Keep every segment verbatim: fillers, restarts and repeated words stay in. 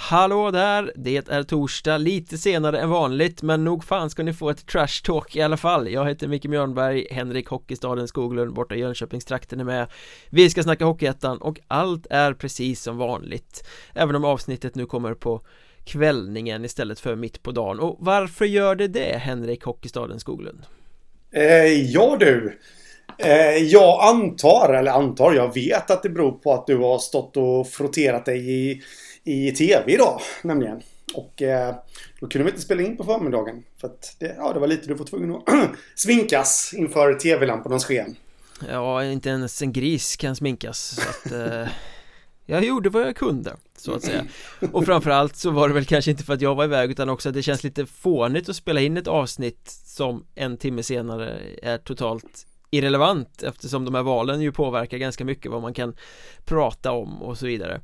Hallå där, det är torsdag, lite senare än vanligt, men nog fan ska ni få ett trash talk i alla fall. Jag heter Micke Mjörnberg, Henrik Hockeystaden Skoglund borta i Jönköpingstrakten är med. Vi ska snacka Hockeyettan och allt är precis som vanligt, även om avsnittet nu kommer på kvällningen istället för mitt på dagen. Och varför gör det det, Henrik Hockeystaden Skoglund? Eh, ja du, eh, jag antar, eller antar, jag vet att det beror på att du har stått och frotterat dig i i tv idag, nämligen. Och eh, då kunde vi inte spela in på förmiddagen. För att det, ja, det var lite du var tvungen att sminkas inför tv-lampornas sken. Ja, inte ens en gris kan sminkas. Så att, eh, jag gjorde vad jag kunde, så att säga. Och framförallt så var det väl kanske inte för att jag var iväg, utan också att det känns lite fånigt att spela in ett avsnitt som en timme senare är totalt irrelevant. Eftersom de här valen ju påverkar ganska mycket vad man kan prata om och så vidare.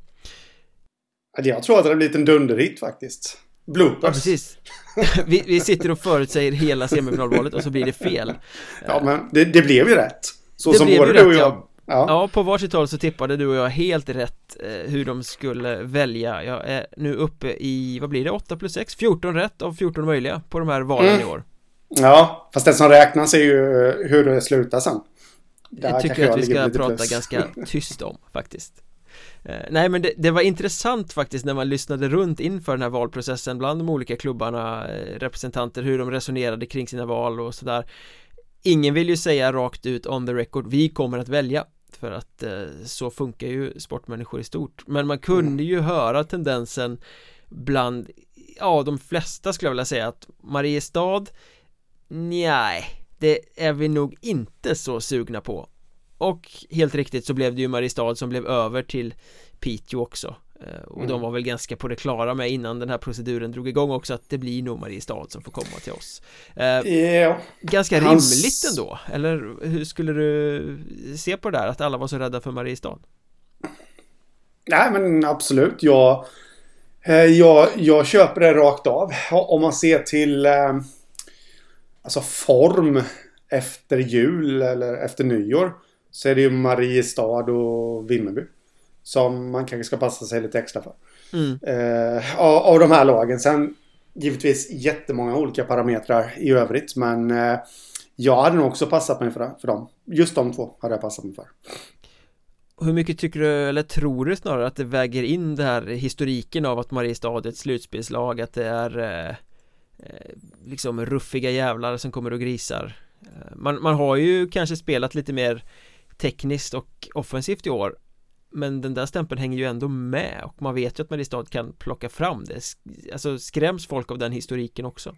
Jag tror att det har blivit en dunderhit faktiskt. Bloopers. Ja, precis. vi, vi sitter och förutsäger hela semifinalvalet och så blir det fel. Ja, men det, det blev ju rätt. Så det som blev både ju du och rätt, jag. ja. Ja. Ja, på varsitt håll så tippade du och jag helt rätt eh, hur de skulle välja. Jag är nu uppe i, vad blir det, åtta plus sex? fjorton rätt av fjorton möjliga på de här valen mm. i år. Ja, fast det som räknas är ju hur det slutar sen. Där jag tycker jag att vi ska prata plus. ganska tyst om faktiskt. Uh, nej men det, det var intressant faktiskt när man lyssnade runt inför den här valprocessen bland de olika klubbarna, eh, representanter, hur de resonerade kring sina val och sådär. Ingen vill ju säga rakt ut on the record, vi kommer att välja, för att eh, så funkar ju sportmänniskor i stort. Men man kunde ju höra tendensen bland, ja, de flesta skulle jag vilja säga, att Mariestad, nej, det är vi nog inte så sugna på. Och helt riktigt så blev det ju Mariestad som blev över till Piteå också. Och mm. de var väl ganska på det klara med innan den här proceduren drog igång också att det blir nog Mariestad som får komma till oss. Eh, yeah. Ganska Hans... rimligt ändå. Eller hur skulle du se på det där, att alla var så rädda för Mariestad? Nej men absolut. Jag, eh, jag, jag köper det rakt av. Om man ser till eh, alltså form efter jul eller efter nyår, så är det ju Mariestad och Vimmerby som man kanske ska passa sig lite extra för. Mm. Eh, av, av de här lagen. Sen givetvis jättemånga olika parametrar i övrigt. Men eh, jag hade nog också passat mig för, för dem. Just de två hade jag passat mig för. Hur mycket tycker du, eller tror du snarare, att det väger in det här historiken av att Mariestad är ett slutspelslag, att det är eh, liksom ruffiga jävlar som kommer och grisar? Man, man har ju kanske spelat lite mer tekniskt och offensivt i år, men den där stämpeln hänger ju ändå med, och man vet ju att Mariestad kan plocka fram det. Alltså skräms folk av den historiken också?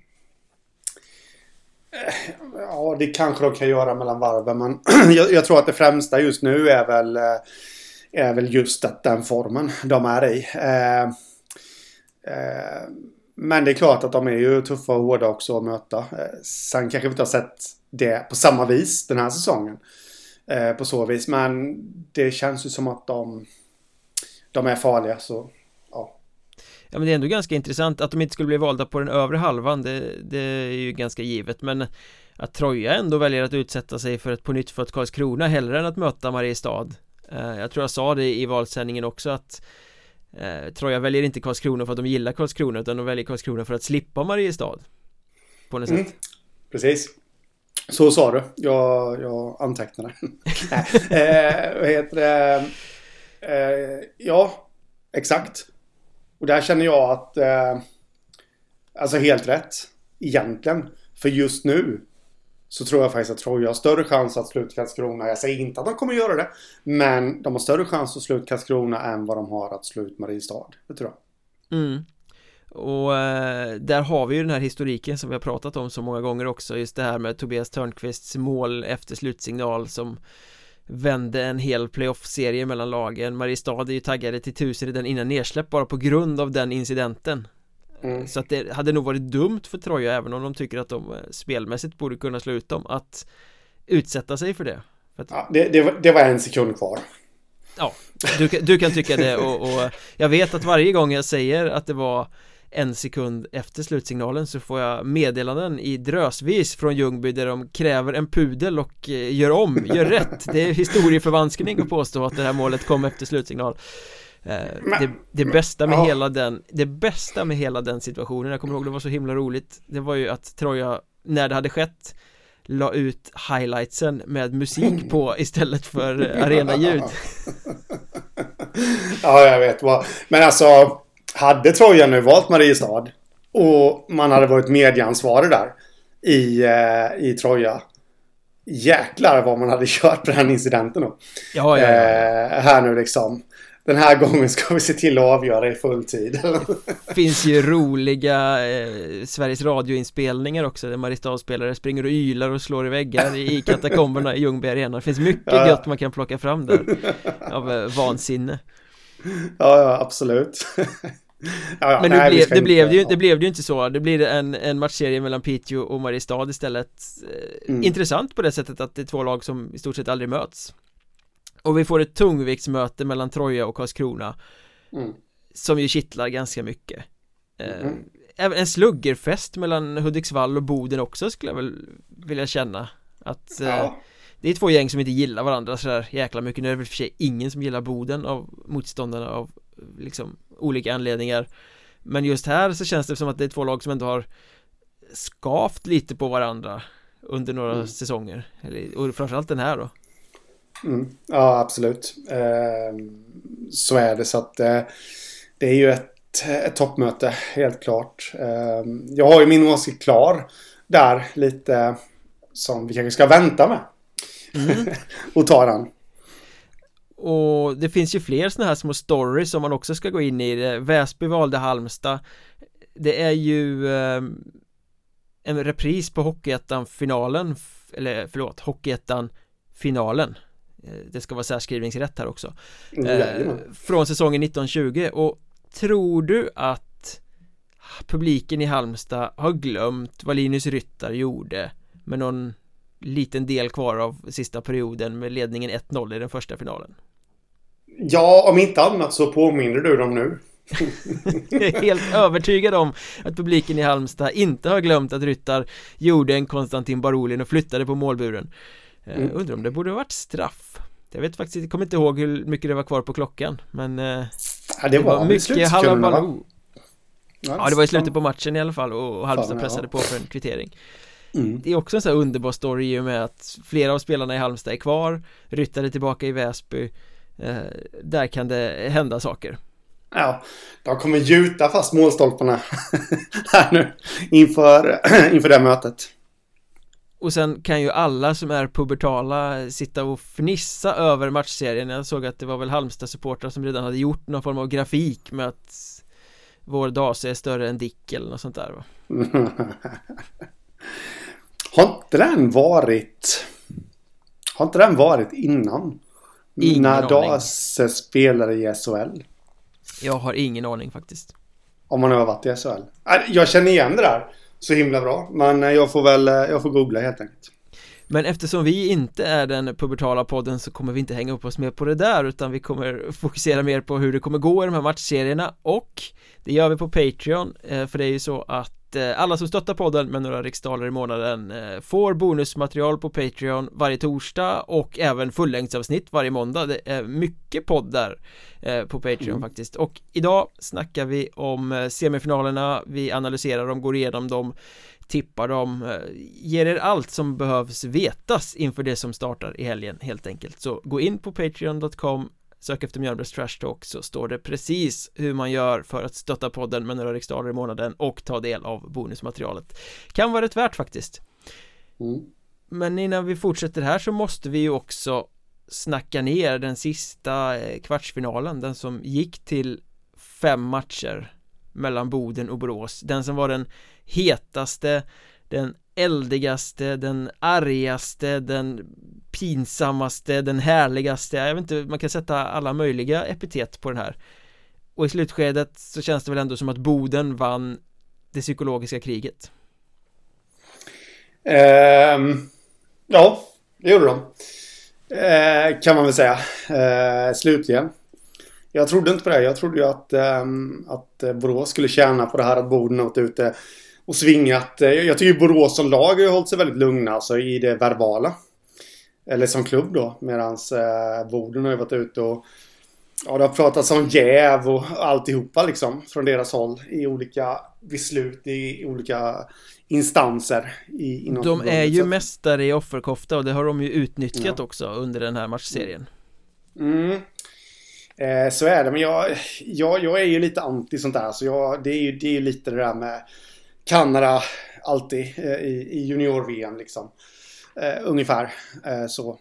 Ja, det kanske de kan göra mellan varven, men jag, jag tror att det främsta just nu är väl är väl just att den formen de är i. Eh, eh, men det är klart att de är ju tuffa och hårda också att möta. Eh, sen kanske vi inte har sett det på samma vis den här säsongen. Eh, på så vis. Men det känns ju som att de, de är farliga. Så, ja. Ja, men det är ändå ganska intressant att de inte skulle bli valda på den övre halvan. Det, det är ju ganska givet. Men att Troja ändå väljer att utsätta sig för ett på nytt för ett Karlskrona hellre än att möta Mariestad. Eh, jag tror jag sa det i valsändningen också, att eh, Troja väljer inte Karlskrona för att de gillar Karlskrona, utan de väljer Karlskrona för att slippa Mariestad. På något mm, sätt. Precis. Så sa du. Jag, jag antecknade. eh, vad heter det? Eh, ja, exakt. Och där känner jag att eh, alltså helt rätt egentligen. För just nu så tror jag faktiskt att Troja har större chans att sluta Karlskrona. Jag säger inte att de kommer göra det, men de har större chans att sluta Karlskrona än vad de har att sluta Mariestad. Det tror jag. Mm. Och eh, där har vi ju den här historiken som vi har pratat om så många gånger också, just det här med Tobias Törnqvists mål efter slutsignal som vände en hel playoff-serie mellan lagen. Mariestad är ju taggade till tusen i den innan nedsläpp bara på grund av den incidenten. Mm. Så att det hade nog varit dumt för Troja, även om de tycker att de spelmässigt borde kunna slå ut dem, att utsätta sig för det. För att... ja, det, det, var, det var en sekund kvar. Ja, du, du kan tycka det, och, och jag vet att varje gång jag säger att det var en sekund efter slutsignalen så får jag meddelanden i drösvis från Ljungby där de kräver en pudel och gör om, gör rätt. Det är historieförvanskning att påstå att det här målet kom efter slutsignal. Men, det, det bästa med ja. hela den Det bästa med hela den situationen, jag kommer ihåg det var så himla roligt, det var ju att Troja, när det hade skett, la ut highlightsen med musik på istället för arenaljud. Ja, jag vet vad. Men alltså, hade Troja nu valt Mariestad och man hade varit medieansvarig där i, eh, i Troja, jäklar vad man hade kört på den incidenten då. Ja, ja, ja. Eh, här nu liksom. Den här gången ska vi se till att avgöra i full tid. Det finns ju roliga eh, Sveriges radioinspelningar också, där Mariestad-spelare springer och ylar och slår i väggar i katakomberna i Ljungby Arena. Det finns mycket ja. gött man kan plocka fram där av eh, vansinne. Ja, ja, absolut. Ja, ja, men nej, det, blev, det, inte, blev det, ju, ja. det blev det ju inte så. Det blir en, en matchserie mellan Piteå och Mariestad istället. mm. Intressant på det sättet att det är två lag som i stort sett aldrig möts. Och vi får ett tungviktsmöte mellan Troja och Karlskrona mm. som ju kittlar ganska mycket. mm. Även en sluggerfest mellan Hudiksvall och Boden också skulle jag väl vilja känna att ja. eh, det är två gäng som inte gillar varandra så där jäkla mycket. Nu är det väl för sig ingen som gillar Boden av motståndarna av liksom olika anledningar. Men just här så känns det som att det är två lag som ändå har skavt lite på varandra under några mm. säsonger. Eller, och framförallt den här då. Mm. Ja, absolut. Eh, så är det, så att eh, det är ju ett, ett toppmöte, helt klart. Eh, jag har ju min åsikt klar där, lite som vi kanske ska vänta med. Mm. Och ta den. Och det finns ju fler såna här små stories som man också ska gå in i. Väsby valde Halmstad. Det är ju eh, en repris på Hockeyettan-finalen, eller förlåt, Hockeyettan-finalen. Det ska vara särskrivningsrätt här också. Mm, eh, från säsongen nitton tjugo. Och tror du att publiken i Halmstad har glömt vad Linus Ryttar gjorde med någon liten del kvar av sista perioden med ledningen ett noll i den första finalen? Ja, om inte annat så påminner du dem nu. Jag är helt övertygad om att publiken i Halmstad inte har glömt att Ryttar gjorde en Konstantin Barolin och flyttade på målburen. Mm. Undrar om det borde ha varit straff. Jag vet faktiskt, jag kommer inte ihåg hur mycket det var kvar på klockan. Men eh, ja, det, det var, var mycket halabaloo. Ja, ja, det var i slutet på matchen i alla fall. Och Halmstad pressade på för en kvittering. mm. Det är också en sån här underbar story i och med att flera av spelarna i Halmstad är kvar. Ryttade tillbaka i Väsby. eh, Där kan det hända saker. Ja, de kommer gjuta fast målstolparna här nu inför, inför det mötet. Och sen kan ju alla som är pubertala sitta och fnissa över matchserien. Jag såg att det var väl Halmstad-supportrar som redan hade gjort någon form av grafik med att vår dase är större än Dick eller något sånt där, va? Har inte den varit Har inte den varit innan? Ingen när aning. Dase spelade i S H L? Jag har ingen aning faktiskt. Om man har varit i S H L. Jag känner igen det där så himla bra. Men jag får väl jag får googla helt enkelt. Men eftersom vi inte är den pubertala podden så kommer vi inte hänga upp oss mer på det där, utan vi kommer fokusera mer på hur det kommer gå i de här matchserierna. Och det gör vi på Patreon, för det är ju så att alla som stöttar podden med några riksdaler i månaden får bonusmaterial på Patreon varje torsdag och även fullängdsavsnitt varje måndag. Det är mycket podd där på Patreon mm. faktiskt. Och idag snackar vi om semifinalerna, vi analyserar dem, går igenom dem, tippar dem, ger er allt som behövs vetas inför det som startar i helgen helt enkelt. Så gå in på patreon dot com, sök efter Mjölnbergs Trash Talk, så står det precis hur man gör för att stötta podden med några riksdaler i månaden och ta del av bonusmaterialet. Kan vara rätt värt faktiskt. Mm. Men innan vi fortsätter här så måste vi ju också snacka ner den sista kvartsfinalen, den som gick till fem matcher mellan Boden och Borås. Den som var den hetaste, den eldigaste, den argaste, den pinsammaste, den härligaste. Jag vet inte, man kan sätta alla möjliga epitet på den här. Och i slutskedet så känns det väl ändå som att Boden vann det psykologiska kriget. Um, ja, det gjorde de. Uh, kan man väl säga. Uh, slutligen. Jag trodde inte på det. Jag trodde ju att, um, att Borås skulle tjäna på det här, att Boden åt ute och svingat. Jag tycker Borås som lag har hållit sig väldigt lugna, alltså i det verbala. Eller som klubb då. Medan eh, Boden har ju varit ute och Ja, det har pratats om jäv och alltihopa liksom från deras håll i olika beslut i olika instanser i, inom de är ju så. mästare i offerkofta och det har de ju utnyttjat ja. också under den här matchserien. Mm. Eh, så är det, men jag, jag, jag är ju lite anti sånt där, så jag, det är ju det är lite det där med Kanada alltid eh, i, i junior-V M liksom. Eh, ungefär eh, så.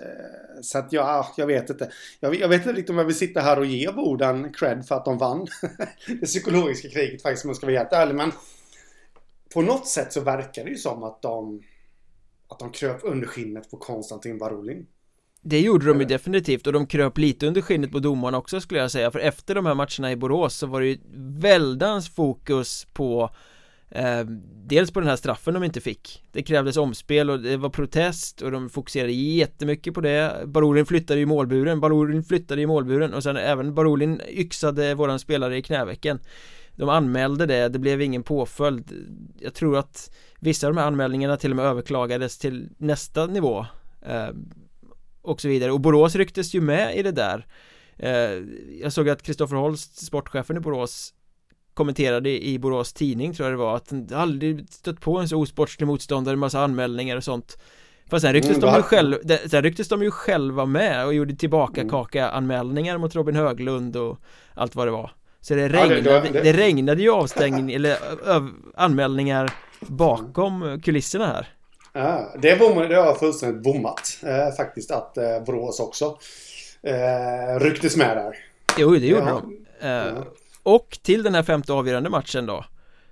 Så att ja, jag vet inte. Jag, jag vet inte riktigt om jag vill sitta här och ge Boden cred för att de vann det psykologiska kriget faktiskt, om man ska vara helt ärlig. Men på något sätt så verkar det ju som att de att de kröp under skinnet på Konstantin Barolin. Det gjorde de ju definitivt, och de kröp lite under skinnet på domarna också, skulle jag säga. För efter de här matcherna i Borås så var det ju väldans fokus på Eh, dels på den här straffen de inte fick. Det krävdes omspel och det var protest och de fokuserade jättemycket på det. Barolin flyttade i målburen Barolin flyttade i målburen och sen även Barolin yxade våran spelare i knävecken. De anmälde det, det blev ingen påföljd. Jag tror att vissa av de här anmälningarna till och med överklagades till nästa nivå eh, och så vidare. Och Borås rycktes ju med i det där. eh, Jag såg att Kristoffer Holst, sportchefen i Borås, kommenterade i Borås tidning, tror jag det var, att han aldrig stött på en så osportslig motståndare, en massa anmälningar och sånt. Fast sen rycktes, mm, de, ju själv, sen rycktes de ju själva med och gjorde tillbaka kaka anmälningar mot Robin Höglund och allt vad det var. Så det regnade, ja, det, det, det regnade ju avstängning eller ö, anmälningar bakom kulisserna här. Ja, det, bommade, det har fullständigt bommat eh, faktiskt att eh, Borås också eh, rycktes med där. Jo, det gjorde ja. de. Eh, ja. Och till den här femte avgörande matchen då,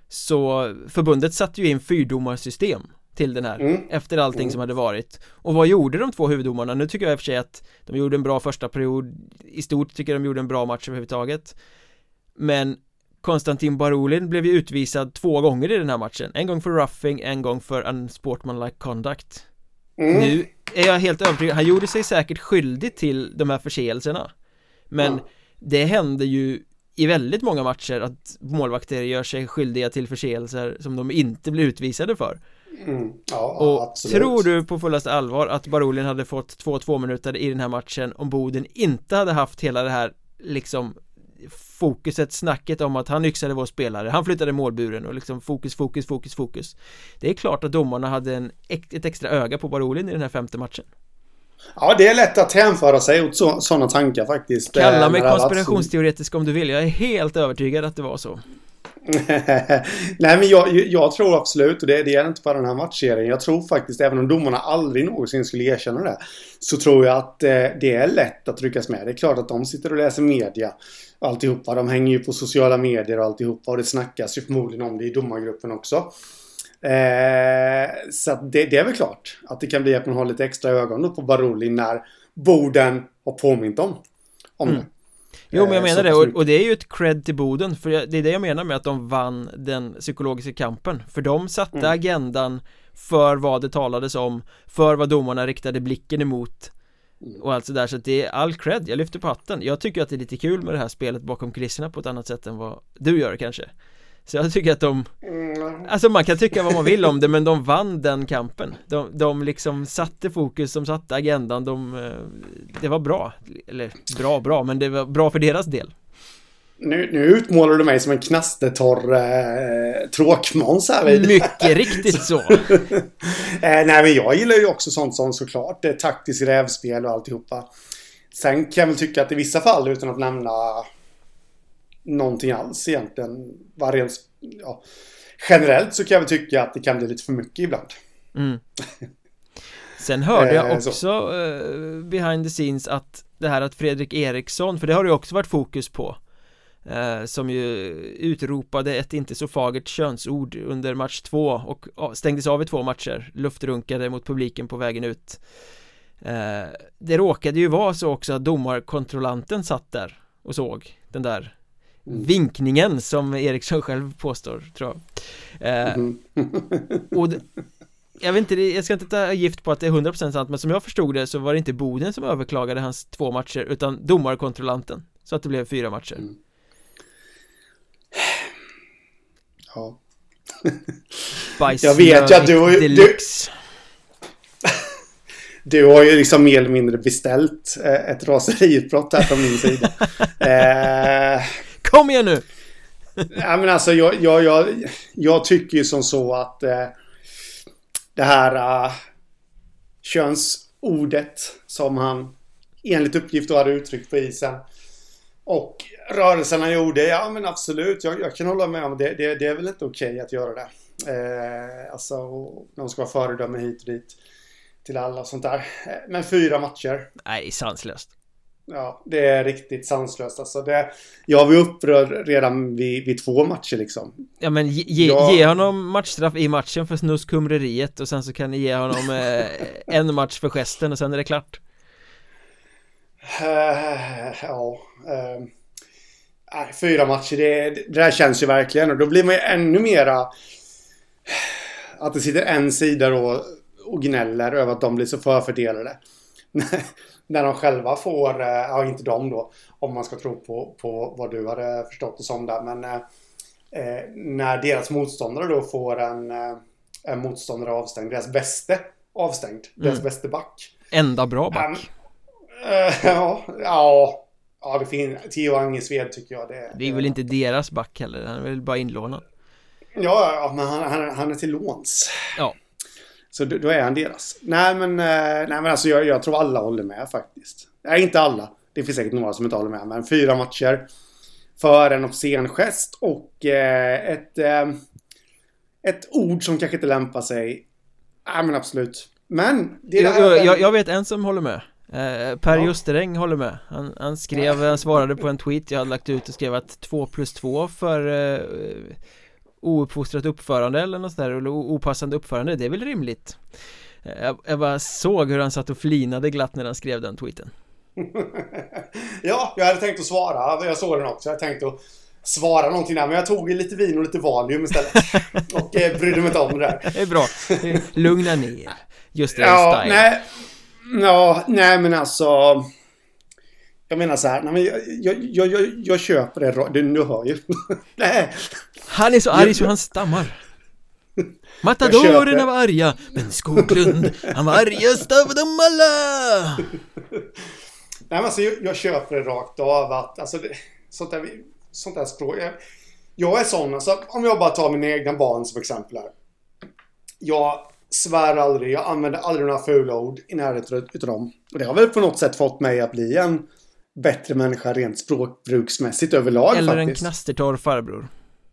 så förbundet satte ju in fyrdomarsystem till den här, mm. efter allting mm. som hade varit. Och vad gjorde de två huvuddomarna? Nu tycker jag i och för sig att de gjorde en bra första period. I stort tycker jag de gjorde en bra match överhuvudtaget. Men Konstantin Barolin blev ju utvisad två gånger i den här matchen. En gång för roughing, en gång för unsportsmanlike conduct. Mm. Nu är jag helt övertygad, han gjorde sig säkert skyldig till de här förseelserna. Men mm. det hände ju i väldigt många matcher att målvakter gör sig skyldiga till förseelser som de inte blir utvisade för. Mm. Ja, och absolut. Tror du på fullaste allvar att Barolin hade fått två två minuter i den här matchen om Boden inte hade haft hela det här liksom fokuset, snacket om att han yxade vår spelare, han flyttade målburen och liksom fokus, fokus, fokus, fokus. Det är klart att domarna hade en, ett extra öga på Barolin i den här femte matchen. Ja, det är lätt att hänföra sig åt så, sådana tankar faktiskt. Kalla mig konspirationsteoretisk om du vill. Jag är helt övertygad att det var så. Nej, men jag, jag tror absolut, och det, det är inte bara den här matchserien. Jag tror faktiskt, även om domarna aldrig någonsin skulle erkänna det, så tror jag att eh, det är lätt att ryckas med. Det är klart att de sitter och läser media och alltihopa. De hänger ju på sociala medier och alltihopa, och det snackas ju förmodligen om det i domargruppen också. Eh, så att det, det är väl klart att det kan bli att man har lite extra ögon då på Barolin när Boden har påmint om, om mm. det. Jo, men jag menar det, och, och det är ju ett cred till Boden, för det är det jag menar med att de vann den psykologiska kampen, för de satte mm. agendan för vad det talades om, för vad domarna riktade blicken emot och allt sådär, så att det är all cred, jag lyfter på hatten. Jag tycker att det är lite kul med det här spelet bakom kulisserna på ett annat sätt än vad du gör kanske. Så jag tycker att de, alltså man kan tycka vad man vill om det, men de vann den kampen. De, de liksom satte fokus, de satte agendan, de, det var bra. Eller bra, bra, men det var bra för deras del. Nu, nu utmålar du mig som en knastertorr eh, tråkmåns här vid. Mycket riktigt så. eh, Nej, men jag gillar ju också sånt som såklart det taktiskt rävspel och alltihopa. Sen kan jag väl tycka att i vissa fall, utan att nämna någonting alls egentligen, var rent, ja, generellt så kan jag väl tycka att det kan bli lite för mycket ibland. Mm. Sen hörde jag också uh, behind the scenes att det här att Fredrik Eriksson, för det har ju också varit fokus på, uh, som ju utropade ett inte så fagert könsord under match två och uh, stängdes av i två matcher, luftrunkade mot publiken på vägen ut. Uh, det råkade ju vara så också att domarkontrollanten satt där och såg den där Mm. vinkningen som Eriksson själv påstår, tror jag. Eh, mm. och det, jag vet inte, jag ska inte ta gift på att det är hundra procent sant, men som jag förstod det så var det inte Boden som överklagade hans två matcher, utan domarkontrollanten, så att det blev fyra matcher. Mm. Ja. Jag vet att du, du Du har ju liksom mer eller mindre beställt ett raseriutbrott här från min sida. eh, Kom igen nu! ja, men alltså, jag, jag, jag, jag tycker ju som så att eh, det här uh, könsordet som han enligt uppgift då hade uttryckt på isen och rörelserna gjorde, ja men absolut, jag, jag kan hålla med om det, det, det är väl inte okej att göra det. Eh, alltså, de ska vara föredöme hit och dit till alla och sånt där. Men fyra matcher. Nej, sanslöst. Ja, det är riktigt sanslöst. Alltså det, jag var upprörd redan vid, vid två matcher liksom. Ja, men ge, jag... ge honom matchstraff i matchen för snuskumreriet och sen så kan ni ge honom eh, en match för gesten och sen är det klart. Uh, ja. Uh, nej, fyra matcher, det, det där känns ju verkligen. Och då blir man ju ännu mera att det sitter en sida då och gnäller över att de blir så förfördelade. När de själva får, ja inte de då, om man ska tro på, på vad du hade förstått det som där, men eh, när deras motståndare då får en, en motståndare avstängd, deras bästa avstängd, mm. deras bästa back. Enda bra back. Um, äh, ja, ja, ja, det finns Theo Angesved tycker jag. Det, det är väl inte deras back heller, han är väl bara inlånad. Ja, ja men han, han, han är till låns. Ja. Så då är han deras. Nej men, nej, men alltså jag, jag tror alla håller med faktiskt. Nej, inte alla. Det finns säkert några som inte håller med. Men fyra matcher för en obscen gest och eh, ett, eh, ett ord som kanske inte lämpar sig. Nej men absolut. Men det är det här jag, jag, jag vet en som håller med. Eh, Per ja. Justeräng håller med. Han, han skrev, han svarade på en tweet jag hade lagt ut och skrev att två plus två för eh, ouppfostrat uppförande eller något där, eller opassande uppförande, det är väl rimligt. Jag, jag bara såg hur han satt och flinade glatt när han skrev den tweeten. Ja, jag hade tänkt att svara. Jag såg den också. Jag hade tänkt att svara någonting där, men jag tog lite vin och lite valium istället. Och eh, brydde mig inte om det där. Det är bra. Lugna ner. Just det, ja, style. Nej, ja, nej men alltså jag menar så här, nej, men jag, jag, jag, jag, jag köper det, det nu hör ju. Nej. Han är så arg så han stammar. Matadorerna var arga, men Skoglund, han var argast av dem alla. Nej men alltså jag, jag köper det rakt av att alltså det, sånt där sånt där språk. Jag, jag är sån, alltså om jag bara tar mina egna barn som exempel här. Jag svär aldrig, jag använder aldrig några fula ord i närheten utav dem. Och det har väl på något sätt fått mig att bli en bättre människa rent språkbruksmässigt överlag. Eller faktiskt. En knastertorr farbror.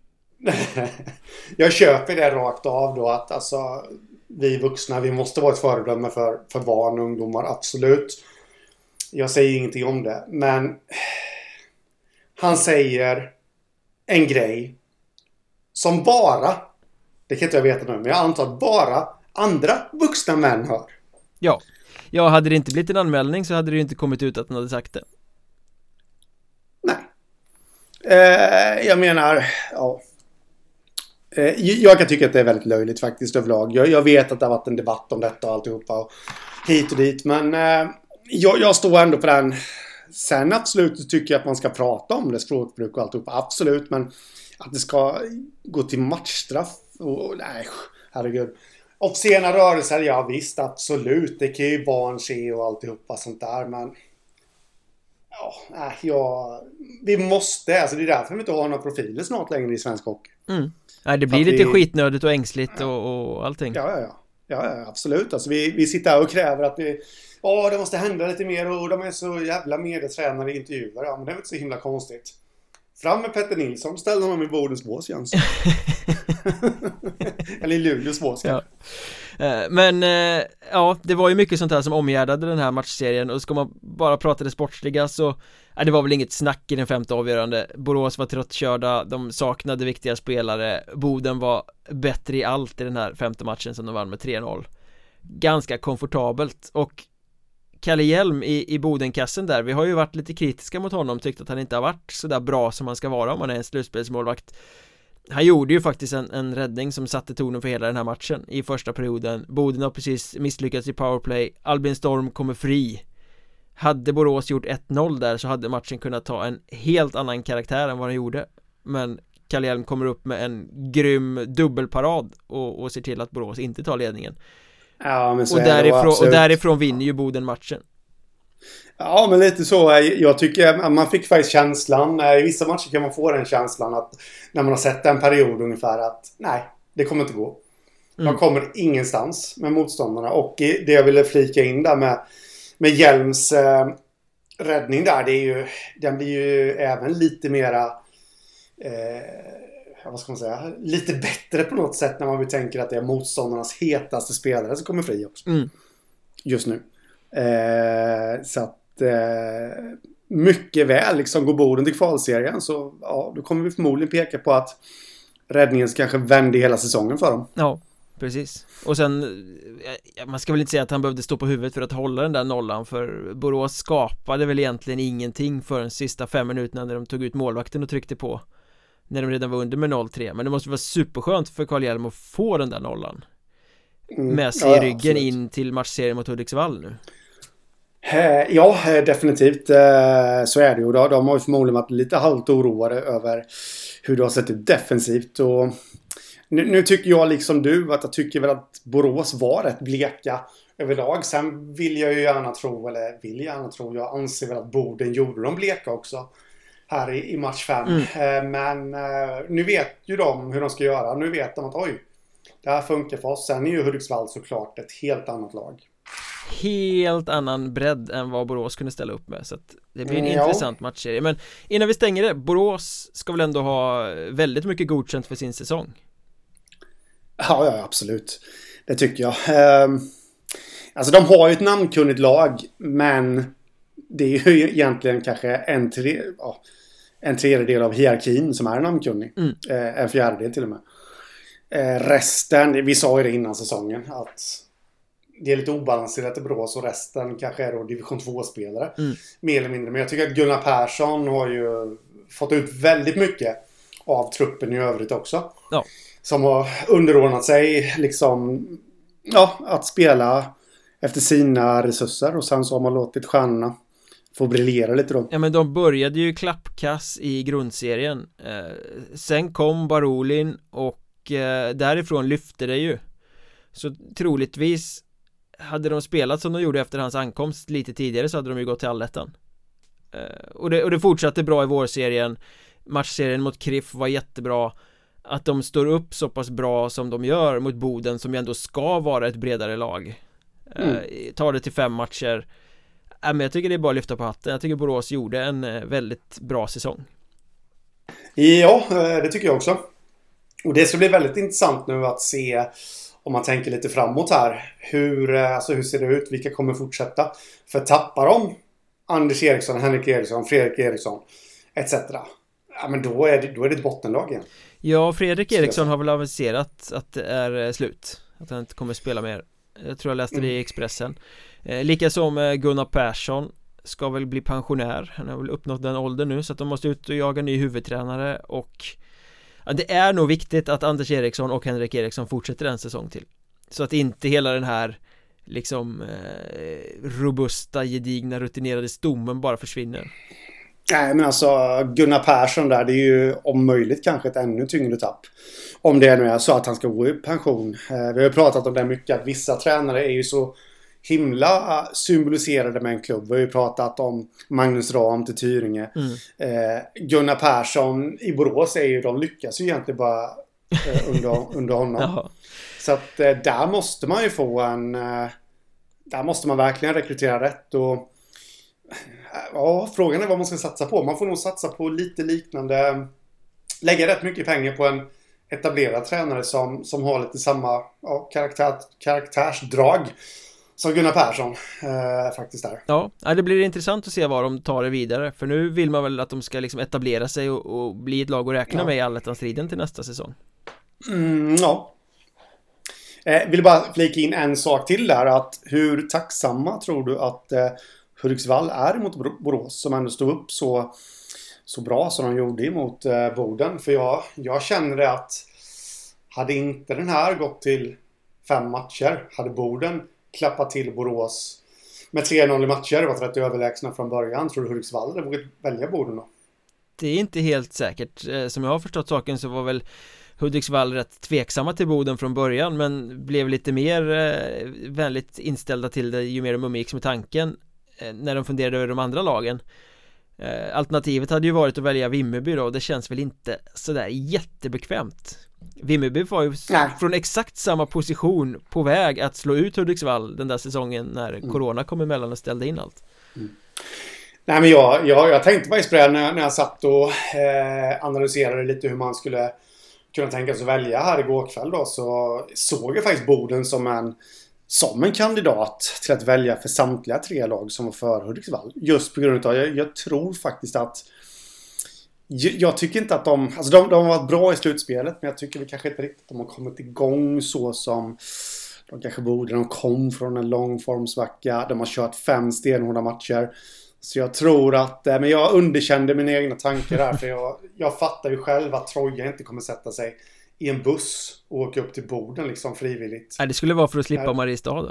Jag köper det rakt av då att alltså, vi vuxna, vi måste vara ett föredöme för, för barn och ungdomar, absolut. Jag säger ingenting om det, men han säger en grej som bara, det kan inte jag veta nu, men jag antar att bara andra vuxna män hör. Ja, ja hade det inte blivit en anmälning så hade det ju inte kommit ut att han hade sagt det. Nej. Eh, jag menar, ja. Eh, jag kan tycka att det är väldigt löjligt faktiskt överlag. Jag, jag vet att det har varit en debatt om detta och alltihopa och hit och dit, men eh, jag, jag står ändå på den. Sen absolut tycker jag att man ska prata om det, språkbruk och alltihopa, absolut, men att det ska gå till matchstraff och, och nej, herregud. Obscena rörelser, ja visst, absolut. Det kan ju barn se och alltihopa sånt där, men ja, nej, ja, vi måste, alltså det är därför vi inte har några profiler snart längre i svensk hockey. Mm. Nej, det blir lite vi, skitnödigt och ängsligt och, och allting. Ja, ja, ja. Ja, absolut. Alltså vi, vi sitter här och kräver att vi, åh, det måste hända lite mer och de är så jävla medietränare i intervjuer. Ja, men det är inte så himla konstigt. Fram med Petter Nilsson, ställ honom i Bodens bås, Jens. Eller i Luleås bås. Ja. Men ja, det var ju mycket sånt här som omgärdade den här matchserien. Och ska man bara prata det sportsliga så ja, det var väl inget snack i den femte avgörande. Borås var tröttkörda, de saknade viktiga spelare. Boden var bättre i allt i den här femte matchen som de vann med tre noll. Ganska komfortabelt. Och Kalle Hjelm i, i Bodenkassen där, vi har ju varit lite kritiska mot honom, tyckt att han inte har varit så där bra som han ska vara om han är en slutspelsmålvakt. Han gjorde ju faktiskt en, en räddning som satte tonen för hela den här matchen i första perioden. Boden har precis misslyckats i powerplay, Albin Storm kommer fri. Hade Borås gjort ett noll där så hade matchen kunnat ta en helt annan karaktär än vad den gjorde. Men Kalle Hjelm kommer upp med en grym dubbelparad och, och ser till att Borås inte tar ledningen. Ja, men så och, är det, därifrån, och, och därifrån vinner ju Boden matchen. Ja, men lite så. Jag tycker man fick faktiskt känslan. I vissa matcher kan man få den känslan att när man har sett en period ungefär att nej, det kommer inte gå. Mm. De kommer ingenstans med motståndarna. Och det jag ville flika in där med, med Hjelms eh, räddning där, det är ju, den blir ju även lite mera eh, vad ska man säga, lite bättre på något sätt när man betänker att det är motståndarnas hetaste spelare som kommer fri också. Mm. Just nu. Eh, så att eh, mycket väl liksom går Boden till kvalserien, så ja, då kommer vi förmodligen peka på att räddningen kanske vände hela säsongen för dem. Ja, precis. Och sen, man ska väl inte säga att han behövde stå på huvudet för att hålla den där nollan, för Borås skapade väl egentligen ingenting för de sista fem minuterna när de tog ut målvakten och tryckte på när de redan var under med noll tre. Men det måste vara superskönt för Carl Hjelm att få den där nollan mm. med sig ja, i ryggen absolut. In till matchserien mot Hudiksvall nu. Ja, definitivt. Så är det ju. De har ju förmodligen varit lite halvt oroade över hur det har sett ut defensivt. Och nu, nu tycker jag liksom du att jag tycker väl att Borås var rätt bleka överlag. Sen vill jag ju gärna tro, eller vill gärna tro, jag anser väl att Boden gjorde de bleka också här i, i match fem. Mm. Men nu vet ju de hur de ska göra. Nu vet de att oj, det här funkar för oss. Sen är ju Hudiksvall såklart ett helt annat lag. Helt annan bredd än vad Borås kunde ställa upp med, så att det blir en ja. intressant matchserie. Men innan vi stänger det, Borås ska väl ändå ha väldigt mycket godkänt för sin säsong? Ja, ja, absolut. Det tycker jag. Ehm, alltså de har ju ett namnkunnigt lag, men det är ju egentligen kanske en, tre, ja, en tredjedel av hierarkin som är namnkunnig. Mm. Ehm, en fjärdedel till och med. Ehm, resten, vi sa ju det innan säsongen att det är lite obalanserat i Borås och resten kanske är då division två-spelare. Mm. Mer eller mindre. Men jag tycker att Gunnar Persson har ju fått ut väldigt mycket av truppen i övrigt också. Ja. Som har underordnat sig liksom, ja, att spela efter sina resurser. Och sen så har man låtit stjärnorna få briljera lite då. Ja, men de började ju klappkass i grundserien. Eh, sen kom Barolin och eh, därifrån lyfte det ju. Så troligtvis hade de spelat som de gjorde efter hans ankomst lite tidigare så hade de ju gått till allettan. Eh, och, det, och det fortsatte bra i vårserien. Matchserien mot K R I F var jättebra. Att de står upp så pass bra som de gör mot Boden, som ju ändå ska vara ett bredare lag. Mm. Eh, tar det till fem matcher. Eh, men jag tycker det är bara att lyfta på hatten. Jag tycker Borås gjorde en eh, väldigt bra säsong. Ja, det tycker jag också. Och det ska bli väldigt intressant nu att se, om man tänker lite framåt här, hur, alltså hur ser det ut? Vilka kommer fortsätta? För tappar de Anders Eriksson, Henrik Eriksson, Fredrik Eriksson et cetera. Ja, men då är det, då är det ett bottenlag igen. Ja, Fredrik Eriksson har väl aviserat att det är slut. Att han inte kommer spela mer. Jag tror jag läste det i Expressen. Eh, Likaså med Gunnar Persson. Ska väl bli pensionär. Han har väl uppnått den åldern nu, så att de måste ut och jaga ny huvudtränare. Och ja, det är nog viktigt att Anders Eriksson och Henrik Eriksson fortsätter en säsong till. Så att inte hela den här liksom eh, robusta, gedigna, rutinerade stommen bara försvinner. Nej, men alltså Gunnar Persson där, det är ju om möjligt kanske ett ännu tyngre tapp. Om det nu är så att han ska gå i pension. Eh, vi har ju pratat om det mycket, att vissa tränare är ju så himla symboliserade med en klubb. Vi har ju pratat om Magnus Ram till Tyringe. Mm. Eh, Gunnar Persson i Borås är ju, de lyckas ju egentligen bara eh, under, under honom. Så att eh, där måste man ju få en... Eh, där måste man verkligen rekrytera rätt. Och ja, frågan är vad man ska satsa på. Man får nog satsa på lite liknande... Lägga rätt mycket pengar på en etablerad tränare som, som har lite samma ja, karaktär, karaktärsdrag som Gunnar Persson eh, faktiskt är. Ja, det blir intressant att se vad de tar det vidare. För nu vill man väl att de ska liksom etablera sig och, och bli ett lag att räkna ja. med i allettan-striden till nästa säsong. Mm, ja. Eh, vill bara flika in en sak till där. Att hur tacksamma tror du att eh, Hudiksvall är mot Borås, som ändå stod upp så, så bra som de gjorde emot eh, Boden? För jag, jag känner att hade inte den här gått till fem matcher, hade Boden klappat till Borås med tre noll i matcher, det var rätt överlägsna från början. Tror du Hudiksvall hade vågat välja Boden då? det är inte helt säkert. Som jag har förstått saken så var väl Hudiksvall rätt tveksamma till Boden från början, men blev lite mer eh, vänligt inställda till det ju mer de umgicks med tanken eh, när de funderade över de andra lagen. eh, Alternativet hade ju varit att välja Vimmerby då, och det känns väl inte sådär jättebekvämt. Vimmerby var ju Nej. från exakt samma position på väg att slå ut Hudiksvall den där säsongen när mm. corona kom emellan och ställde in allt. Mm. Nej, men jag, jag, jag tänkte faktiskt på det när, när jag satt och eh, analyserade lite hur man skulle kunna tänka sig att välja här igår kväll då, så såg jag faktiskt Boden som en som en kandidat till att välja för samtliga tre lag som var för Hudiksvall. Just på grund av, jag, jag tror faktiskt att jag, jag tycker inte att de, alltså de, de har varit bra i slutspelet, men jag tycker vi kanske inte riktigt att de har kommit igång så som de kanske borde. De kom från en lång formsvacka, de har kört fem stenhårda matcher. Så jag tror att, men jag underkände mina egna tankar där, för jag, jag fattar ju själv att Troja inte kommer sätta sig i en buss och åka upp till Boden liksom frivilligt. Nej, det skulle vara för att slippa där. Mariestad då?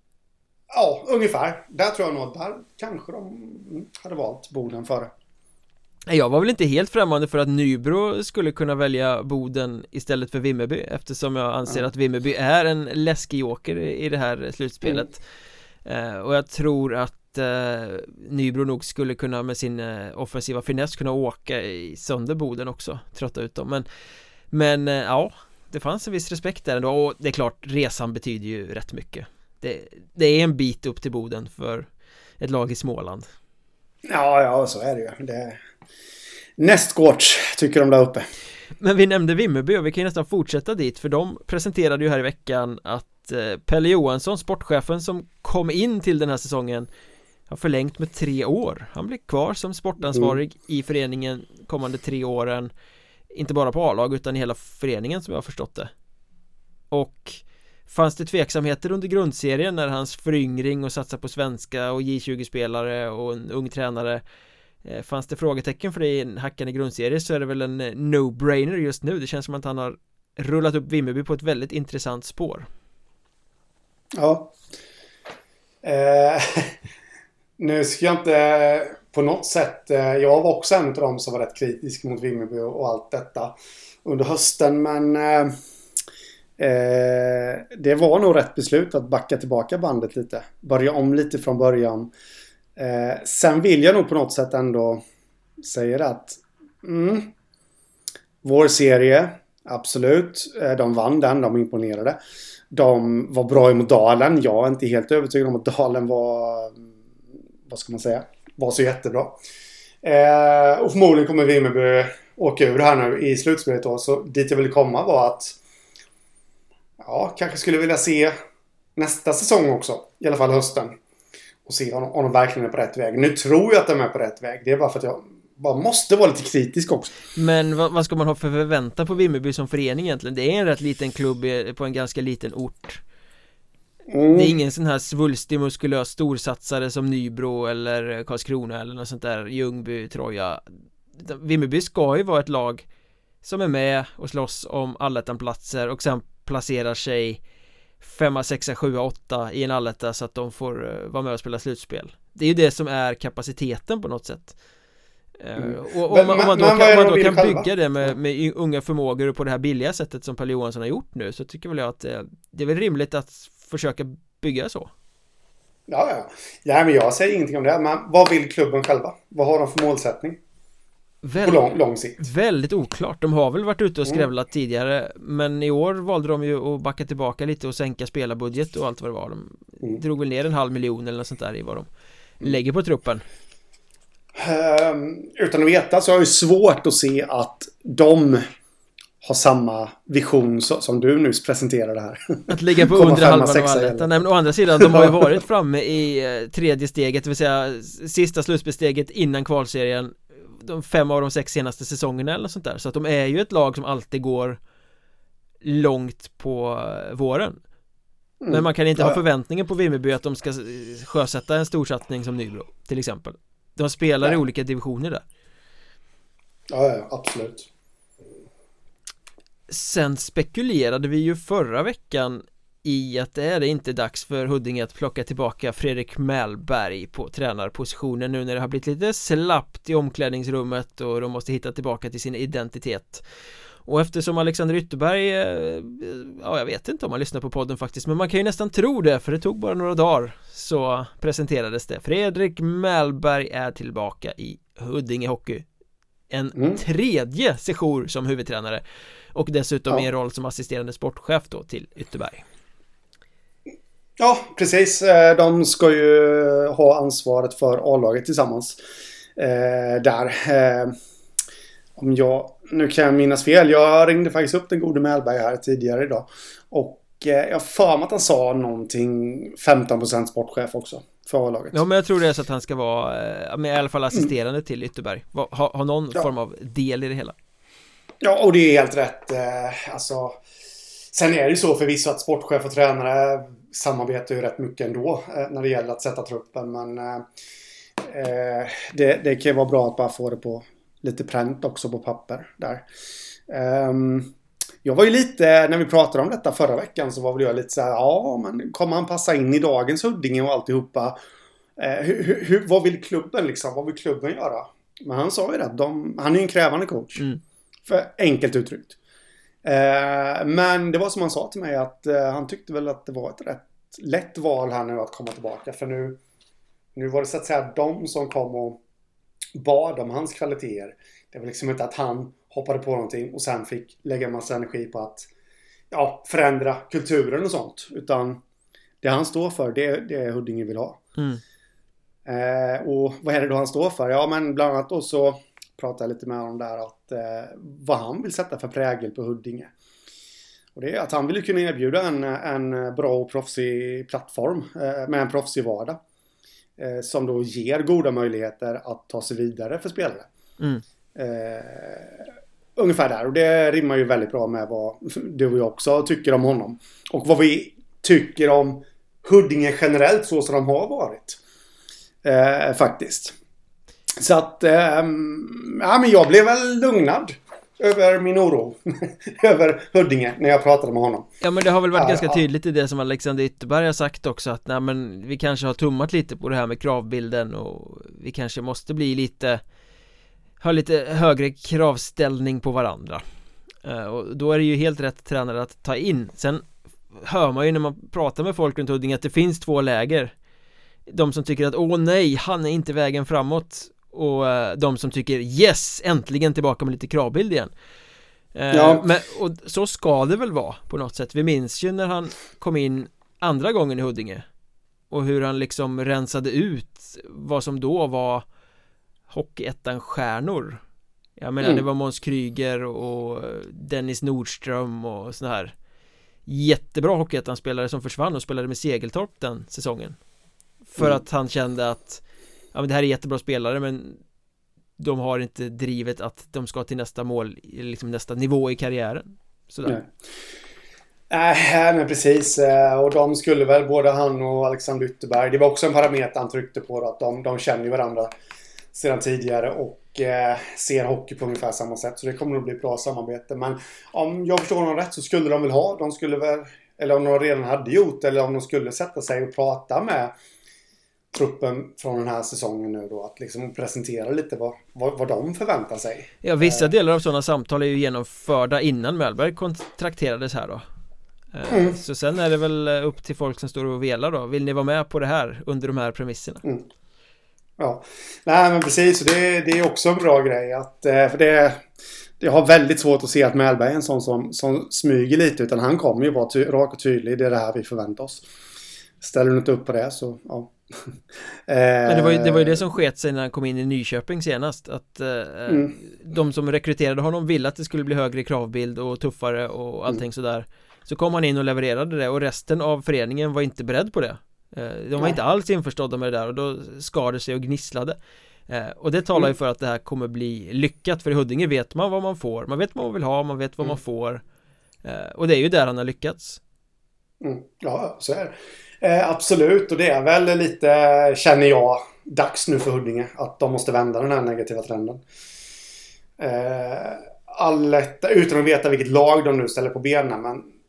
Ja, ungefär. Där tror jag nog, där kanske de hade valt Boden före. Jag var väl inte helt främmande för att Nybro skulle kunna välja Boden istället för Vimmerby, eftersom jag anser ja. att Vimmerby är en läskig joker i det här slutspelet. Mm. Uh, och jag tror att Uh, Nybro nog skulle kunna med sin uh, offensiva finess kunna åka i sönder Boden också, trötta ut dem, men, men uh, ja, det fanns en viss respekt där ändå, och det är klart, resan betyder ju rätt mycket. Det, det är en bit upp till Boden för ett lag i Småland. Ja, ja, så är det ju. Det... Nästgårds tycker de där uppe. Men vi nämnde Vimmerby och vi kan ju nästan fortsätta dit, för de presenterade ju här i veckan att uh, Pelle Johansson, sportchefen som kom in till den här säsongen, har förlängt med tre år. Han blir kvar som sportansvarig mm. i föreningen kommande tre åren. Inte bara på A-lag utan i hela föreningen som jag har förstått det. Och fanns det tveksamheter under grundserien när hans föryngring och satsa på svenska och J tjugo-spelare och en ung tränare, fanns det frågetecken för det i en hackande grundserie, så är det väl en no-brainer just nu. Det känns som att han har rullat upp Vimmerby på ett väldigt intressant spår. Ja. Eh... Nu ska jag inte på något sätt, jag var också en av dem som var rätt kritisk mot Vimmerby och allt detta under hösten, men eh, det var nog rätt beslut att backa tillbaka bandet lite, börja om lite från början. Eh, sen vill jag nog på något sätt ändå säga att mm, vår serie, absolut, de vann den, de imponerade. De var bra emot Dalen, jag är inte helt övertygad om att Dalen var, vad ska man säga, var så jättebra. Eh, och förmodligen kommer Vimmerby åka ur här nu i slutspelet då. Så dit jag ville komma var att ja, kanske skulle vilja se nästa säsong också, i alla fall hösten, och se om, om de verkligen är på rätt väg. Nu tror jag att de är på rätt väg. Det är bara för att jag bara måste vara lite kritisk också. Men vad, vad ska man ha för förväntan på Vimmerby som förening egentligen? Det är en rätt liten klubb på en ganska liten ort. Mm. Det är ingen sån här svulstig muskulös storsatsare som Nybro eller Karlskrona eller något sånt där, Ljungby, Troja. Vimmerby ska ju vara ett lag som är med och slåss om allettan-platser och sen placerar sig femma, sexa, sjua, åtta i en alletta så att de får uh, vara med och spela slutspel. Det är ju det som är kapaciteten på något sätt. Mm. Uh, och om man, om man då kan, om man då kan bygga det med, med unga förmågor på det här billiga sättet som Pelle Johansson har gjort nu, så tycker väl jag att det, det är väl rimligt att försöka bygga så. Ja, ja. Ja, men jag säger ingenting om det. Men vad vill klubben själva? Vad har de för målsättning? Väl, på lång, lång sikt. Väldigt oklart. De har väl varit ute och skrävlat mm. tidigare, men i år valde de ju att backa tillbaka lite och sänka spelarbudget och allt vad det var. De mm. drog väl ner en halv miljon eller något sånt där i vad de mm. lägger på truppen. Um, utan att veta så har jag ju svårt att se att de har samma vision så, som du nu presenterade här. Att ligga på under halvan av allettan. Nej, men å andra sidan, de har ju varit framme i eh, tredje steget, det vill säga sista slutspelssteget innan kvalserien, de fem av de sex senaste säsongerna eller sånt där. Så att de är ju ett lag som alltid går långt på våren. Mm. Men man kan inte ja. ha förväntningen på Vimmerby att de ska sjösätta en storsatsning som Nybro till exempel. De spelar Nej. i olika divisioner där. Ja, ja, absolut. Sen spekulerade vi ju förra veckan i att det är det inte dags för Huddinge att plocka tillbaka Fredrik Mellberg på tränarpositionen nu när det har blivit lite slappt i omklädningsrummet och de måste hitta tillbaka till sin identitet. Och eftersom Alexander Ytterberg, ja jag vet inte om man lyssnar på podden faktiskt, men man kan ju nästan tro det för det tog bara några dagar, så presenterades det. Fredrik Mellberg är tillbaka i Huddinge Hockey. En mm. tredje sejour som huvudtränare och dessutom ja. i en roll som assisterande sportchef då till Ytterberg. Ja, precis. De ska ju ha ansvaret för A-laget tillsammans eh, där. Eh, om jag, nu kan jag minnas fel, jag ringde faktiskt upp den gode Mellberg här tidigare idag. Och eh, jag för mig att han sa någonting femton procent sportchef också för A-laget. Ja, men jag tror det är så att han ska vara eh, med i alla fall assisterande mm. till Ytterberg. Ha, ha någon ja. form av del i det hela. Ja, och det är helt rätt. Eh, alltså, sen är det ju så förvisso att sportchef och tränare samarbetar ju rätt mycket ändå eh, när det gäller att sätta truppen. Men eh, det, det kan ju vara bra att bara få det på lite pränt också på papper där. Um, jag var ju lite, när vi pratade om detta förra veckan så var väl jag lite så här, ja men kommer han passa in i dagens Huddinge och alltihopa? Uh, hur, hur, vad vill klubben liksom? Vad vill klubben göra? Men han sa ju det, de, han är ju en krävande coach. Mm. För enkelt uttryckt. Uh, men det var som han sa till mig att uh, han tyckte väl att det var ett rätt lätt val här nu att komma tillbaka. För nu, nu var det så att säga de som kom och bad om hans kvaliteter. Det var liksom inte att han hoppade på någonting och sen fick lägga en massa energi på att ja, förändra kulturen och sånt. Utan det han står för, det, det är Huddinge vill ha. Mm. Eh, och vad är det då han står för? Ja, men bland annat då så pratade jag lite med honom där att eh, vad han vill sätta för prägel på Huddinge. Och det är att han vill kunna erbjuda en, en bra och proffsig plattform eh, med en proffsig vardag. Eh, som då ger goda möjligheter att ta sig vidare för spelare. Mm. Eh, ungefär där. Och det rimmar ju väldigt bra med vad du och jag också tycker om honom. Och vad vi tycker om Huddinge generellt så som de har varit. Eh, faktiskt. Så att eh, ja, men jag blev väl lugnad över min oro över Huddinge när jag pratade med honom. Ja, men det har väl varit ja, ganska ja. tydligt i det som Alexander Ytterberg har sagt också att nej, men vi kanske har tummat lite på det här med kravbilden och vi kanske måste bli lite ha lite högre kravställning på varandra. Uh, och då är det ju helt rätt tränare att ta in. Sen hör man ju när man pratar med folk runt Huddinge att det finns två läger. De som tycker att åh nej, han är inte vägen framåt. Och uh, de som tycker yes, äntligen tillbaka med lite kravbild igen. uh, ja. men, Och så ska det väl vara på något sätt. Vi minns ju när han kom in andra gången i Huddinge och hur han liksom rensade ut vad som då var Hockeyettan-stjärnor. Jag menar mm. det var Måns Kryger och Dennis Nordström och såna här jättebra Hockeyettan-spelare som försvann och spelade med Segeltorp den säsongen. För mm. att han kände att ja, men det här är jättebra spelare men de har inte drivet att de ska till nästa mål, liksom nästa nivå i karriären. Sådär. Nej, äh, men precis. Och de skulle väl, både han och Alexander Ytterberg, det var också en parameter han tryckte på då, att de, de känner ju varandra sedan tidigare och eh, ser hockey på ungefär samma sätt. Så det kommer att bli ett bra samarbete. Men om jag förstår någon rätt så skulle de väl ha, de skulle väl, eller om de redan hade gjort, eller om de skulle sätta sig och prata med truppen från den här säsongen nu då, att liksom presentera lite vad, vad, vad de förväntar sig. Ja, vissa delar av sådana samtal är ju genomförda innan Mellberg kontrakterades här då. Mm. Så sen är det väl upp till folk som står och velar då. Vill ni vara med på det här under de här premisserna? Mm. Ja, nej men precis, och det, det är också en bra grej att, för det, det har väldigt svårt att se att Mellberg är en sån som, som smyger lite, utan han kommer ju vara ty, rak och tydlig, det är det här vi förväntar oss. Ställer du inte upp på det så ja. Men det var, ju, det var ju det som sket sig när han kom in i Nyköping senast, att eh, mm. de som rekryterade honom ville att det skulle bli högre kravbild och tuffare och allting mm. sådär. Så kom han in och levererade det och resten av föreningen var inte beredd på det. De var Nej. inte alls införstådda med det där och då skadade sig och gnisslade. Och det talar ju för att det här kommer bli lyckat, för i Huddinge vet man vad man får. Man vet vad man vill ha, man vet vad mm. man får. Och det är ju där han har lyckats. Mm. Ja, så är det. Eh, absolut, och det är väl lite, känner jag, dags nu för Huddinge att de måste vända den här negativa trenden. Eh, allet, utan att veta vilket lag de nu ställer på benen, men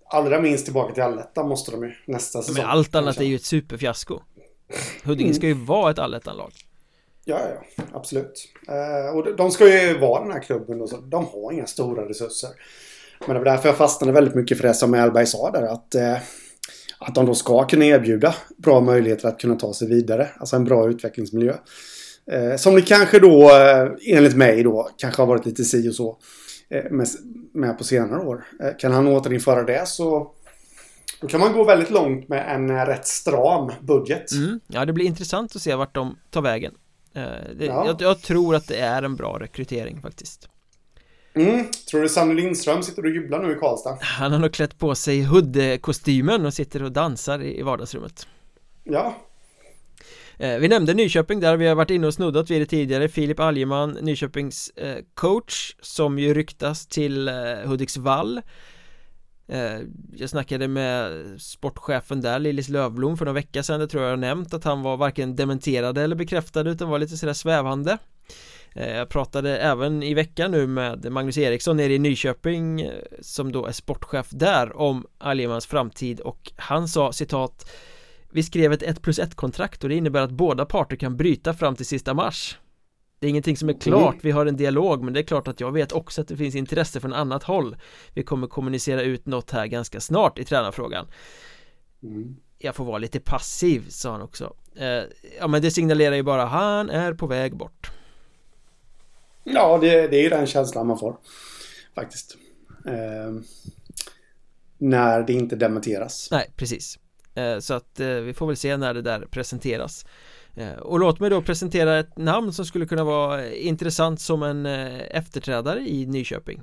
allra minst tillbaka till allettan måste de ju nästa säsong. Men allt annat är ju ett superfiasko. Huddinge ska ju vara ett allettanlag. Ja, ja, absolut. Eh, och de ska ju vara den här klubben och så. De har inga stora resurser. Men det var därför jag fastnade väldigt mycket för det som Elberg sa där. Att, eh, att de då ska kunna erbjuda bra möjligheter att kunna ta sig vidare. Alltså en bra utvecklingsmiljö. Eh, som det kanske då, eh, enligt mig då, kanske har varit lite si och så. Eh, med, med på senare år. Eh, kan han återinföra det så... Då kan man gå väldigt långt med en rätt stram budget. Mm, ja, det blir intressant att se vart de tar vägen. Eh, det, ja. jag, jag tror att det är en bra rekrytering faktiskt. Mm, tror du Sanne Lindström sitter och jublar nu i Karlstad? Han har nog klätt på sig Hudde-kostymen och sitter och dansar i, i vardagsrummet. Ja. eh, Vi nämnde Nyköping där, vi har varit inne och snuddat vid det tidigare. Filip Algeman, Nyköpings eh, coach, som ju ryktas till eh, Hudiksvall. Jag snackade med sportchefen där, Lillis Lövblom, för några veckor sedan. Det tror jag har nämnt att han var varken dementerad eller bekräftad utan var lite sådär svävande. Jag pratade även i veckan nu med Magnus Eriksson nere i Nyköping, som då är sportchef där, om Algemans framtid, och han sa, citat: "Vi skrev ett ett plus ett kontrakt och det innebär att båda parter kan bryta fram till sista mars. Det är ingenting som är klart, mm. vi har en dialog, men det är klart att jag vet också att det finns intresse från annat håll. Vi kommer kommunicera ut något här ganska snart i tränarfrågan." Mm. Jag får vara lite passiv, sa han också. eh, Ja, men det signalerar ju bara han är på väg bort. Ja, det, det är ju den känslan man får faktiskt. eh, När det inte dementeras. Nej, precis. eh, Så att eh, vi får väl se när det där presenteras. Och låt mig då presentera ett namn som skulle kunna vara intressant som en efterträdare i Nyköping.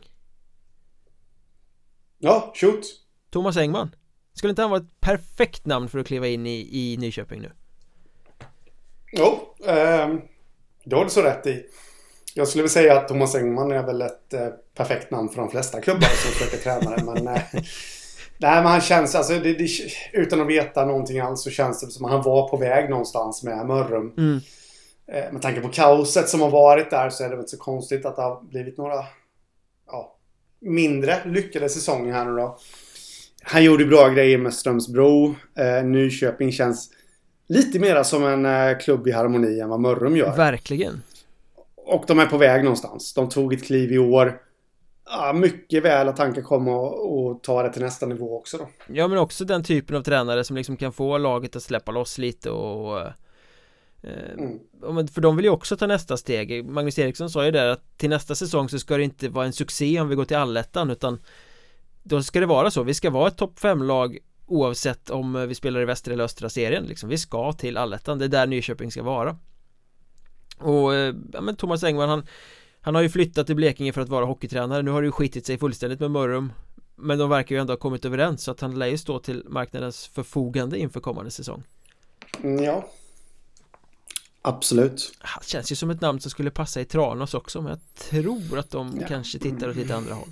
Ja, shoot. Thomas Engman. Skulle inte han vara ett perfekt namn för att kliva in i, i Nyköping nu? Jo, eh, det har du så rätt i. Jag skulle väl säga att Thomas Engman är väl ett eh, perfekt namn för de flesta klubbar som söker tränare, men... Eh, Nej, men han känns, alltså, det, det, utan att veta någonting alls så känns det som att han var på väg någonstans med Mörrum. Mm. Eh, med tanke på kaoset som har varit där så är det väl inte så konstigt att det har blivit några ja, mindre lyckade säsonger här nu då. Han gjorde bra grejer med Strömsbro. Eh, Nyköping känns lite mer som en eh, klubb i harmoni än vad Mörrum gör. Verkligen. Och de är på väg någonstans. De tog ett kliv i år. Ja, mycket väl att han kan komma och, och ta det till nästa nivå också då. Ja, men också den typen av tränare som liksom kan få laget att släppa loss lite och, eh, mm. för de vill ju också ta nästa steg. Magnus Eriksson sa ju där att till nästa säsong så ska det inte vara en succé om vi går till allettan, utan då ska det vara så. Vi ska vara ett topp fem lag oavsett om vi spelar i västra eller östra serien liksom. Vi ska till allettan, det är där Nyköping ska vara. Och ja, men Thomas Engman, han Han har ju flyttat till Blekinge för att vara hockeytränare. Nu har det ju skitit sig fullständigt med Mörrum, men de verkar ju ändå ha kommit överens, så att han lär ju stå till marknadens förfogande inför kommande säsong. Ja, absolut. Han känns ju som ett namn som skulle passa i Tranås också, men jag tror att de ja. kanske tittar åt lite andra håll.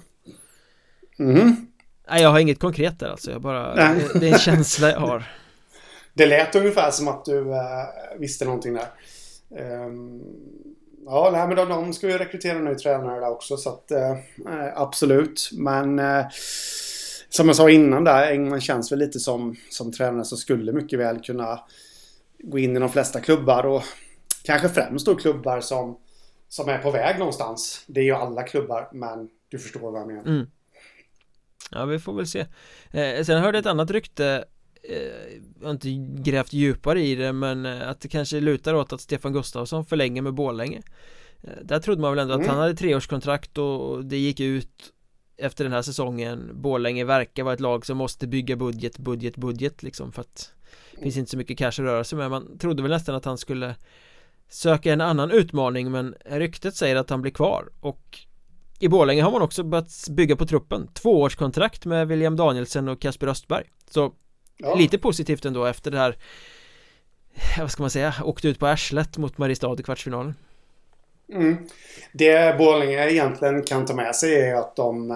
Mm. Nej, jag har inget konkret där alltså. Jag bara, det, det är en känsla jag har. Det lät ungefär som att du äh, visste någonting där. Um... Ja, nej, men de, de ska ju rekrytera nu tränare där också, så att eh, absolut. Men eh, som jag sa innan där, Engman känns väl lite som, som tränare så skulle mycket väl kunna gå in i de flesta klubbar, och kanske främst då klubbar som, som är på väg någonstans. Det är ju alla klubbar, men du förstår vad jag menar. Mm. Ja, vi får väl se. Eh, sen hörde jag ett annat rykte. Jag har inte grävt djupare i det, men att det kanske lutar åt att Stefan Gustafsson förlänger med Borlänge. Där trodde man väl ändå att mm. han hade treårskontrakt och det gick ut efter den här säsongen. Borlänge verkar vara ett lag som måste bygga budget, budget, budget liksom, för att det finns inte så mycket cash att röra sig med. Man trodde väl nästan att han skulle söka en annan utmaning, men ryktet säger att han blir kvar. Och i Borlänge har man också börjat bygga på truppen. Tvåårskontrakt med William Danielsen och Kasper Östberg. Så ja. Lite positivt ändå efter det här, vad ska man säga, åkte ut på arslet mot Mariestad i kvartsfinalen. Mm. Det Borlänge egentligen kan ta med sig är att de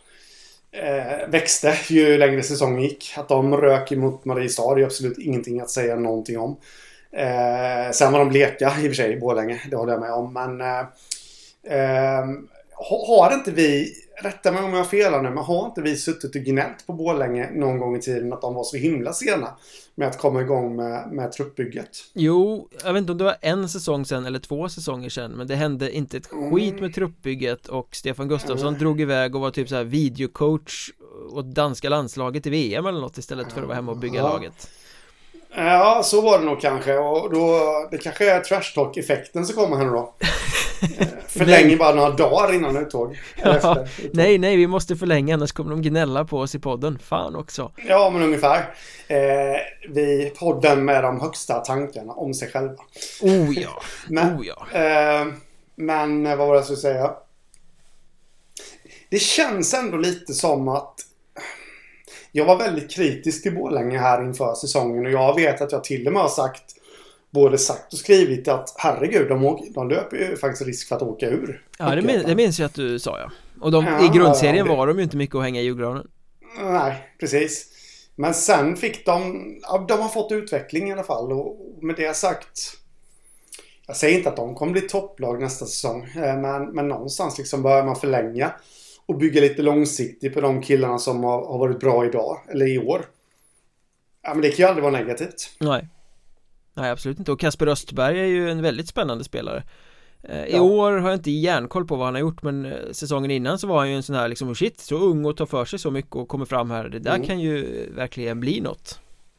eh, växte ju längre säsongen gick. Att de rök emot Mariestad är absolut ingenting att säga någonting om. Eh, sen var de bleka i och för sig i Borlänge, det håller jag med om. Men eh, eh, har inte vi, rätta mig om jag har fel nu, men har inte vi suttit och gnällt på Borlänge någon gång i tiden att de var så himla sena med att komma igång med, med truppbygget? Jo, jag vet inte om det var en säsong sen eller två säsonger sen, men det hände inte ett skit med truppbygget, och Stefan Gustafsson mm. drog iväg och var typ så här videocoach åt danska landslaget i V M eller något istället för att vara hemma och bygga ja. laget. Ja, så var det nog kanske, och då, det kanske är trash talk-effekten som kommer här nu då. Förlänger bara några dagar innan uttåg. Ja, efter, uttåg. Nej, nej, vi måste förlänga, annars kommer de gnälla på oss i podden. Fan också. Ja, men ungefär. Eh, vi podden med de högsta tankarna om sig själva. Oh ja, men, oh ja. Eh, men vad var det jag skulle säga? Det känns ändå lite som att jag var väldigt kritisk till Borlänge här inför säsongen, och jag vet att jag till och med har sagt både sagt och skrivit att herregud, de, åker, de löper ju faktiskt risk för att åka ur. Ja, det, min, det minns jag att du sa, ja. Och de, ja, i grundserien ja, det... var de ju inte mycket att hänga i julgranen. Nej, precis. Men sen fick de, ja, de har fått utveckling i alla fall, och med det sagt, jag säger inte att de kommer bli topplag nästa säsong, men, men någonstans liksom börjar man förlänga och bygga lite långsiktigt på de killarna som har, har varit bra idag, eller i år. Ja, men det kan ju aldrig vara negativt. Nej. Nej, absolut inte. Och Kasper Östberg är ju en väldigt spännande spelare. eh, I ja. år har jag inte järnkoll på vad han har gjort, men eh, säsongen innan så var han ju en sån här liksom, shit, så ung och tar för sig så mycket och kommer fram här. Det där mm. kan ju verkligen bli något.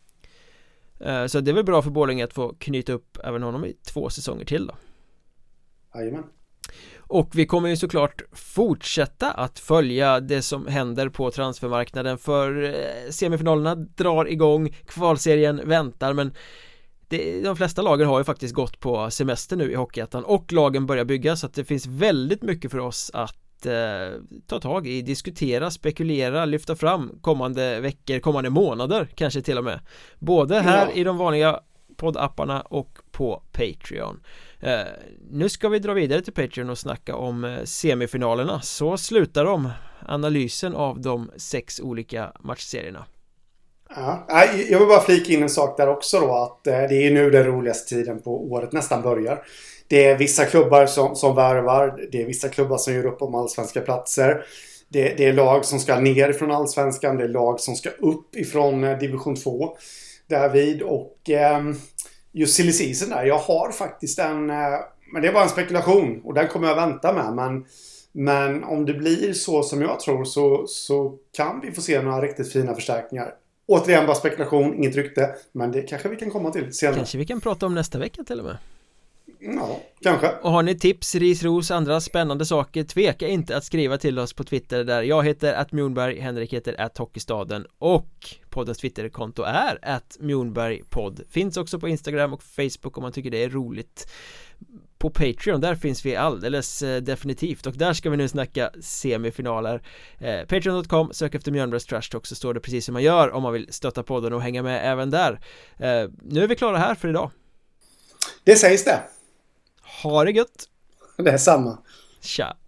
eh, Så det är väl bra för Borlänge att få knyta upp även honom i två säsonger till då. Jajamän. Och vi kommer ju såklart fortsätta att följa det som händer på transfermarknaden, för semifinalerna drar igång, kvalserien väntar, men det, de flesta lagen har ju faktiskt gått på semester nu i Hockeyettan, och lagen börjar bygga, så att det finns väldigt mycket för oss att eh, ta tag i, diskutera, spekulera, lyfta fram kommande veckor, kommande månader kanske till och med, både här ja. i de vanliga poddapparna och på Patreon. Uh, nu ska vi dra vidare till Patreon och snacka om uh, semifinalerna. Så slutar de analysen av de sex olika matchserierna. Ja, jag vill bara flika in en sak där också då, att uh, det är nu den roligaste tiden på året nästan börjar. Det är vissa klubbar som, som värvar, det är vissa klubbar som gör upp om allsvenska platser. Det, det är lag som ska ner från allsvenskan, det är lag som ska upp ifrån uh, division två därvid, och um, just silly season där, jag har faktiskt en, men det är bara en spekulation och den kommer jag vänta med, men, men om det blir så som jag tror, så, så kan vi få se några riktigt fina förstärkningar. Återigen bara spekulation, inget rykte, men det kanske vi kan komma till senare. Kanske vi kan prata om nästa vecka till och med. Ja, kanske. Och har ni tips, ris, ros, andra spännande saker, tveka inte att skriva till oss på Twitter, där jag heter at Mjornberg, Henrik heter at Hockeystaden, och poddens Twitterkonto är at Mjornbergpodd. Finns också på Instagram och Facebook om man tycker det är roligt. På Patreon, där finns vi alldeles eh, definitivt, och där ska vi nu snacka semifinaler. eh, Patreon dot com, sök efter Mjörnbergs Trash Talk, så står det precis som man gör om man vill stötta podden och hänga med även där. eh, Nu är vi klara här för idag. Det sägs det. Ha det gött. Det är samma. Tja.